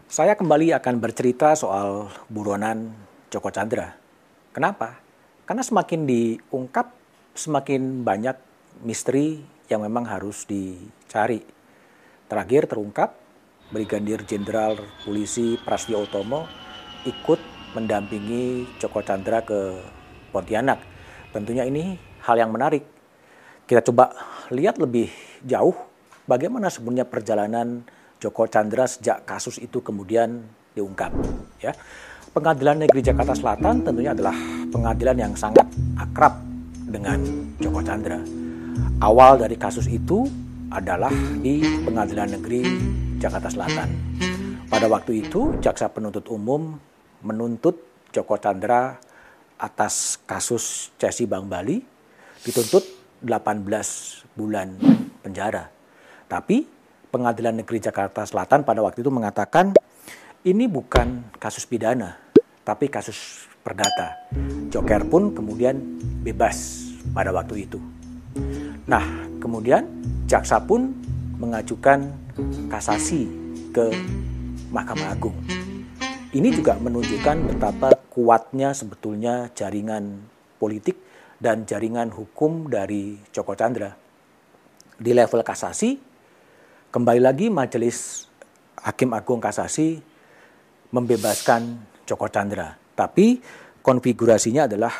Saya kembali akan bercerita soal buronan Joko Chandra. Kenapa? Karena semakin diungkap, semakin banyak misteri yang memang harus dicari. Terakhir terungkap, Brigadir Jenderal Polisi Prasetyo Utomo ikut mendampingi Joko Chandra ke Pontianak. Tentunya ini hal yang menarik. Kita coba lihat lebih jauh bagaimana sebenarnya perjalanan Joko Chandra sejak kasus itu kemudian diungkap. Ya. Pengadilan Negeri Jakarta Selatan tentunya adalah pengadilan yang sangat akrab dengan Joko Chandra. Awal dari kasus itu adalah di Pengadilan Negeri Jakarta Selatan. Pada waktu itu, Jaksa Penuntut Umum menuntut Joko Chandra atas kasus Cesi Bank Bali dituntut 18 bulan penjara. Tapi Pengadilan Negeri Jakarta Selatan pada waktu itu mengatakan ini bukan kasus pidana, tapi kasus perdata. Joker pun kemudian bebas pada waktu itu. Nah, kemudian jaksa pun mengajukan kasasi ke Mahkamah Agung. Ini juga menunjukkan betapa kuatnya sebetulnya jaringan politik dan jaringan hukum dari Joko Chandra. Di level kasasi, kembali lagi Majelis Hakim Agung Kasasi membebaskan Joko Chandra. Tapi konfigurasinya adalah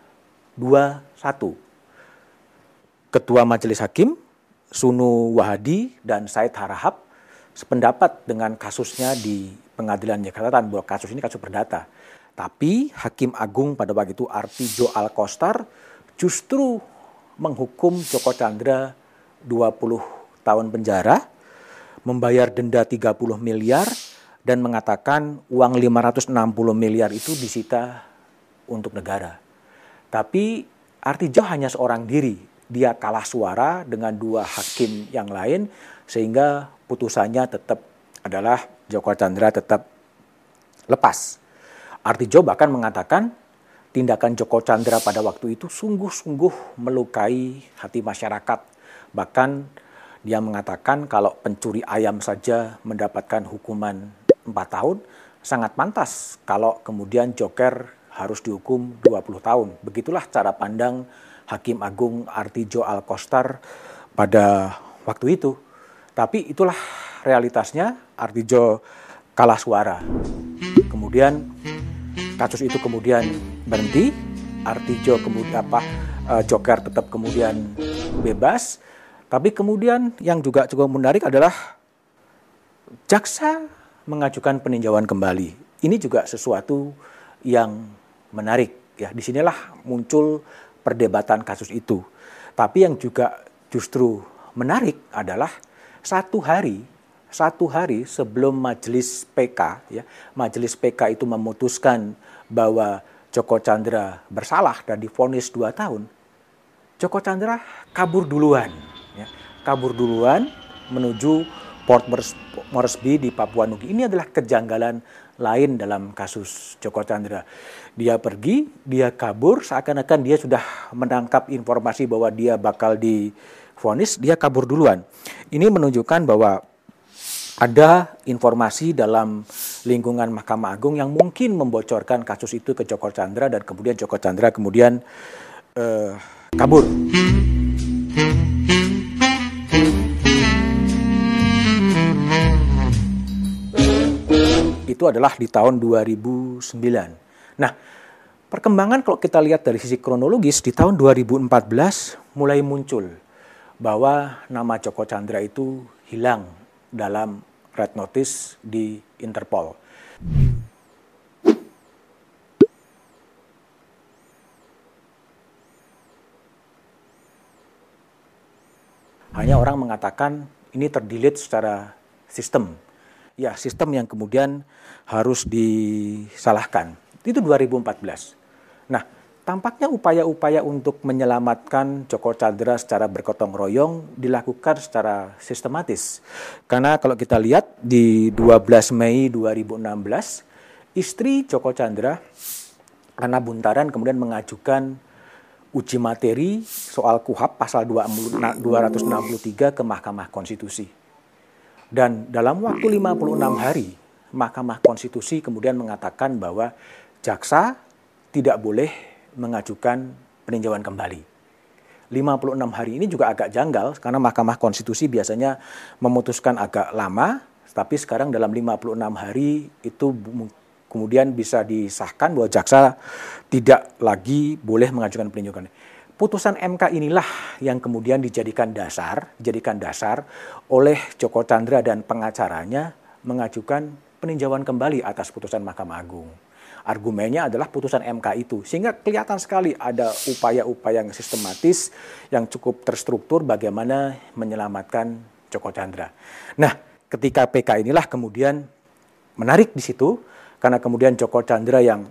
2-1. Ketua Majelis Hakim, Sunu Wahadi dan Said Harahap sependapat dengan kasusnya di Pengadilan Jakarta Selatan bahwa kasus ini kasus perdata. Tapi Hakim Agung pada waktu itu Artijo Alkostar justru menghukum Joko Chandra 20 tahun penjara, membayar denda 30 miliar, dan mengatakan uang 560 miliar itu disita untuk negara. Tapi Artijo hanya seorang diri. Dia kalah suara dengan 2 hakim yang lain, sehingga putusannya tetap adalah Joko Chandra tetap lepas. Artijo bahkan mengatakan tindakan Joko Chandra pada waktu itu sungguh-sungguh melukai hati masyarakat. Bahkan dia mengatakan kalau pencuri ayam saja mendapatkan hukuman 4 tahun, sangat pantas kalau kemudian Joker harus dihukum 20 tahun. Begitulah cara pandang Hakim Agung Artijo Alkostar pada waktu itu. Tapi itulah realitasnya, Artijo kalah suara. Kemudian kasus itu kemudian berhenti, Artijo kemudian Joker tetap kemudian bebas. Tapi kemudian yang juga cukup menarik adalah jaksa mengajukan peninjauan kembali. Ini juga sesuatu yang menarik. Ya, disinilah muncul perdebatan kasus itu. Tapi yang juga justru menarik adalah satu hari sebelum Majelis PK, ya, Majelis PK itu memutuskan bahwa Joko Chandra bersalah dan divonis 2 tahun, Joko Chandra kabur duluan menuju Port Moresby di Papua Nugini. Ini adalah kejanggalan lain dalam kasus Joko Chandra. Dia pergi, dia kabur, seakan-akan dia sudah menangkap informasi bahwa dia bakal divonis, dia kabur duluan. Ini menunjukkan bahwa ada informasi dalam lingkungan Mahkamah Agung yang mungkin membocorkan kasus itu ke Joko Chandra, dan kemudian Joko Chandra kemudian kabur. Itu adalah di tahun 2009. Nah, perkembangan kalau kita lihat dari sisi kronologis, di tahun 2014 mulai muncul bahwa nama Joko Chandra itu hilang dalam red notice di Interpol. Hanya orang mengatakan ini terdelete secara sistem. Ya, sistem yang kemudian harus disalahkan. Itu 2014. Nah, tampaknya upaya-upaya untuk menyelamatkan Joko Chandra secara bergotong royong dilakukan secara sistematis. Karena kalau kita lihat di 12 Mei 2016, istri Joko Chandra, Ana Buntaran, kemudian mengajukan uji materi soal KUHP pasal 263 ke Mahkamah Konstitusi. Dan dalam waktu 56 hari, Mahkamah Konstitusi kemudian mengatakan bahwa jaksa tidak boleh mengajukan peninjauan kembali. 56 hari ini juga agak janggal karena Mahkamah Konstitusi biasanya memutuskan agak lama, tapi sekarang dalam 56 hari itu kemudian bisa disahkan bahwa jaksa tidak lagi boleh mengajukan peninjauan. Putusan MK inilah yang kemudian dijadikan dasar oleh Joko Chandra dan pengacaranya mengajukan peninjauan kembali atas putusan Mahkamah Agung. Argumennya adalah putusan MK itu, sehingga kelihatan sekali ada upaya-upaya yang sistematis, yang cukup terstruktur bagaimana menyelamatkan Joko Chandra. Nah, ketika PK inilah kemudian menarik di situ, karena kemudian Joko Chandra yang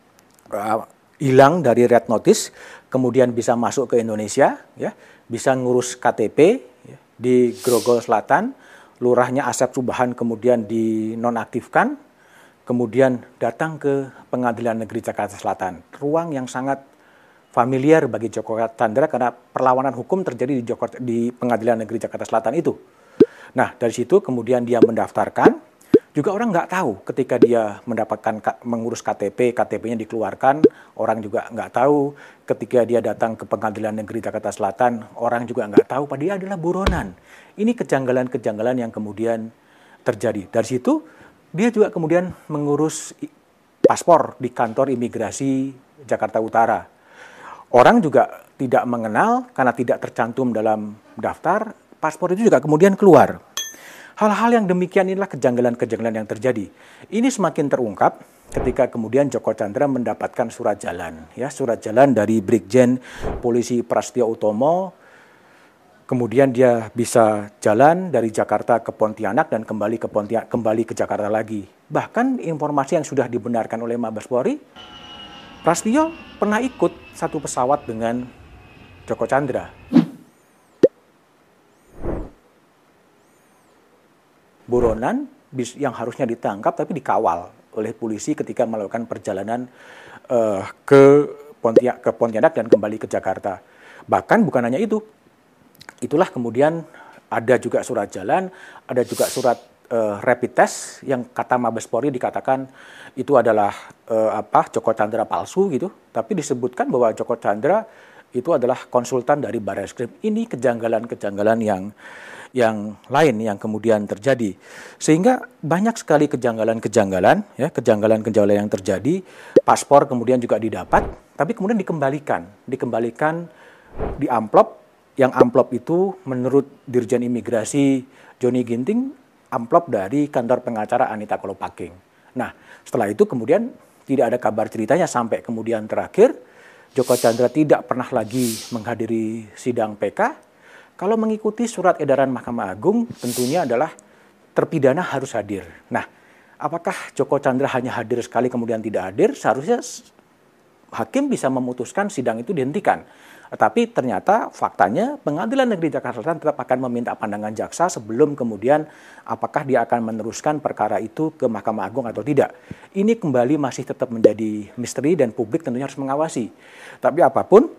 hilang dari red notice, kemudian bisa masuk ke Indonesia, ya, bisa ngurus KTP ya, di Grogol Selatan, lurahnya Asep Subahan kemudian dinonaktifkan, kemudian datang ke Pengadilan Negeri Jakarta Selatan, ruang yang sangat familiar bagi Joko Chandra karena perlawanan hukum terjadi di Pengadilan Negeri Jakarta Selatan itu. Nah, dari situ kemudian dia mendaftarkan. Juga orang nggak tahu ketika dia mendapatkan mengurus KTP, KTP-nya dikeluarkan, orang juga nggak tahu. Ketika dia datang ke Pengadilan Negeri Jakarta Selatan, orang juga nggak tahu padahal dia adalah buronan. Ini kejanggalan-kejanggalan yang kemudian terjadi. Dari situ dia juga kemudian mengurus paspor di kantor imigrasi Jakarta Utara. Orang juga tidak mengenal karena tidak tercantum dalam daftar, paspor itu juga kemudian keluar. Hal-hal yang demikian inilah kejanggalan-kejanggalan yang terjadi. Ini semakin terungkap ketika kemudian Joko Chandra mendapatkan surat jalan, ya, surat jalan dari Brigjen Polisi Prasetyo Utomo. Kemudian dia bisa jalan dari Jakarta ke Pontianak dan kembali ke Jakarta lagi. Bahkan informasi yang sudah dibenarkan oleh Mabes Polri, Prasetyo pernah ikut satu pesawat dengan Joko Chandra. Buronan yang harusnya ditangkap tapi dikawal oleh polisi ketika melakukan perjalanan ke Pontianak dan kembali ke Jakarta. Bahkan bukan hanya itu, itulah kemudian ada juga surat jalan, ada juga surat rapid test yang kata Mabes Polri dikatakan itu adalah Joko Chandra palsu gitu, tapi disebutkan bahwa Joko Chandra itu adalah konsultan dari Barreskrim. Ini kejanggalan-kejanggalan yang lain yang kemudian terjadi, sehingga banyak sekali kejanggalan-kejanggalan yang terjadi. Paspor kemudian juga didapat, tapi kemudian dikembalikan di amplop, yang amplop itu menurut Dirjen Imigrasi Joni Ginting amplop dari kantor pengacara Anita Kolopaking. Nah, setelah itu kemudian tidak ada kabar ceritanya sampai kemudian terakhir Joko Chandra tidak pernah lagi menghadiri sidang PK. Kalau mengikuti surat edaran Mahkamah Agung, tentunya adalah terpidana harus hadir. Nah, apakah Joko Chandra hanya hadir sekali kemudian tidak hadir? Seharusnya hakim bisa memutuskan sidang itu dihentikan. Tapi ternyata faktanya Pengadilan Negeri Jakarta Selatan tetap akan meminta pandangan jaksa sebelum kemudian apakah dia akan meneruskan perkara itu ke Mahkamah Agung atau tidak. Ini kembali masih tetap menjadi misteri dan publik tentunya harus mengawasi. Tapi apapun,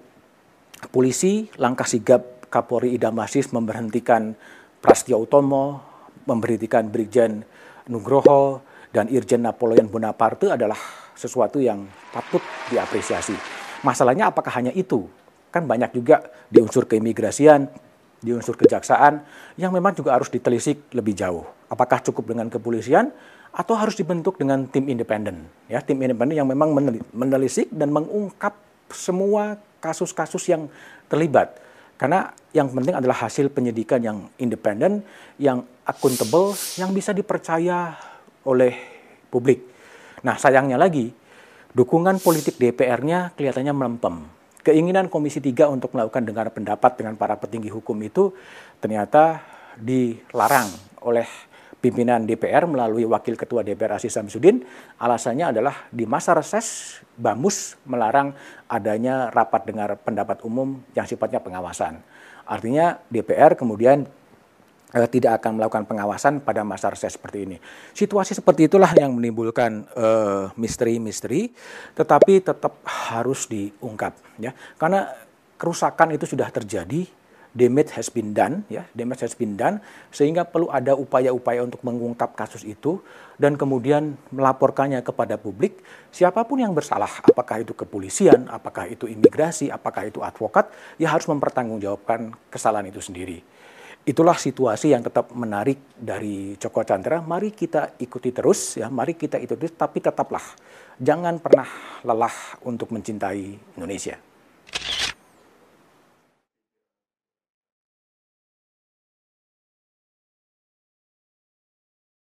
polisi langkah sigap Kapolri Idam Aziz memberhentikan Prasetyo Utomo, memberhentikan Brigjen Nugroho, dan Irjen Napoleon Bonaparte adalah sesuatu yang patut diapresiasi. Masalahnya apakah hanya itu? Kan banyak juga di unsur keimigrasian, di unsur kejaksaan, yang memang juga harus ditelisik lebih jauh. Apakah cukup dengan kepolisian, atau harus dibentuk dengan tim independen? Ya, tim independen yang memang menelisik dan mengungkap semua kasus-kasus yang terlibat. Karena yang penting adalah hasil penyidikan yang independen, yang akuntabel, yang bisa dipercaya oleh publik. Nah, sayangnya lagi, dukungan politik DPR-nya kelihatannya melempem. Keinginan Komisi 3 untuk melakukan dengar pendapat dengan para petinggi hukum itu ternyata dilarang oleh pimpinan DPR melalui Wakil Ketua DPR Aziz Samsudin. Alasannya adalah di masa reses, Bamus melarang adanya rapat dengar pendapat umum yang sifatnya pengawasan. Artinya DPR kemudian tidak akan melakukan pengawasan pada masa reses seperti ini. Situasi seperti itulah yang menimbulkan misteri-misteri, tetapi tetap harus diungkap, ya. Karena kerusakan itu sudah terjadi damage has been done, ya, damage has been done, sehingga perlu ada upaya-upaya untuk mengungkap kasus itu dan kemudian melaporkannya kepada publik. Siapapun yang bersalah, apakah itu kepolisian, apakah itu imigrasi, apakah itu advokat, ya harus mempertanggungjawabkan kesalahan itu sendiri. Itulah situasi yang tetap menarik dari Joko Chandra. Mari kita ikuti terus, ya, mari kita ikuti terus, tapi tetaplah jangan pernah lelah untuk mencintai Indonesia.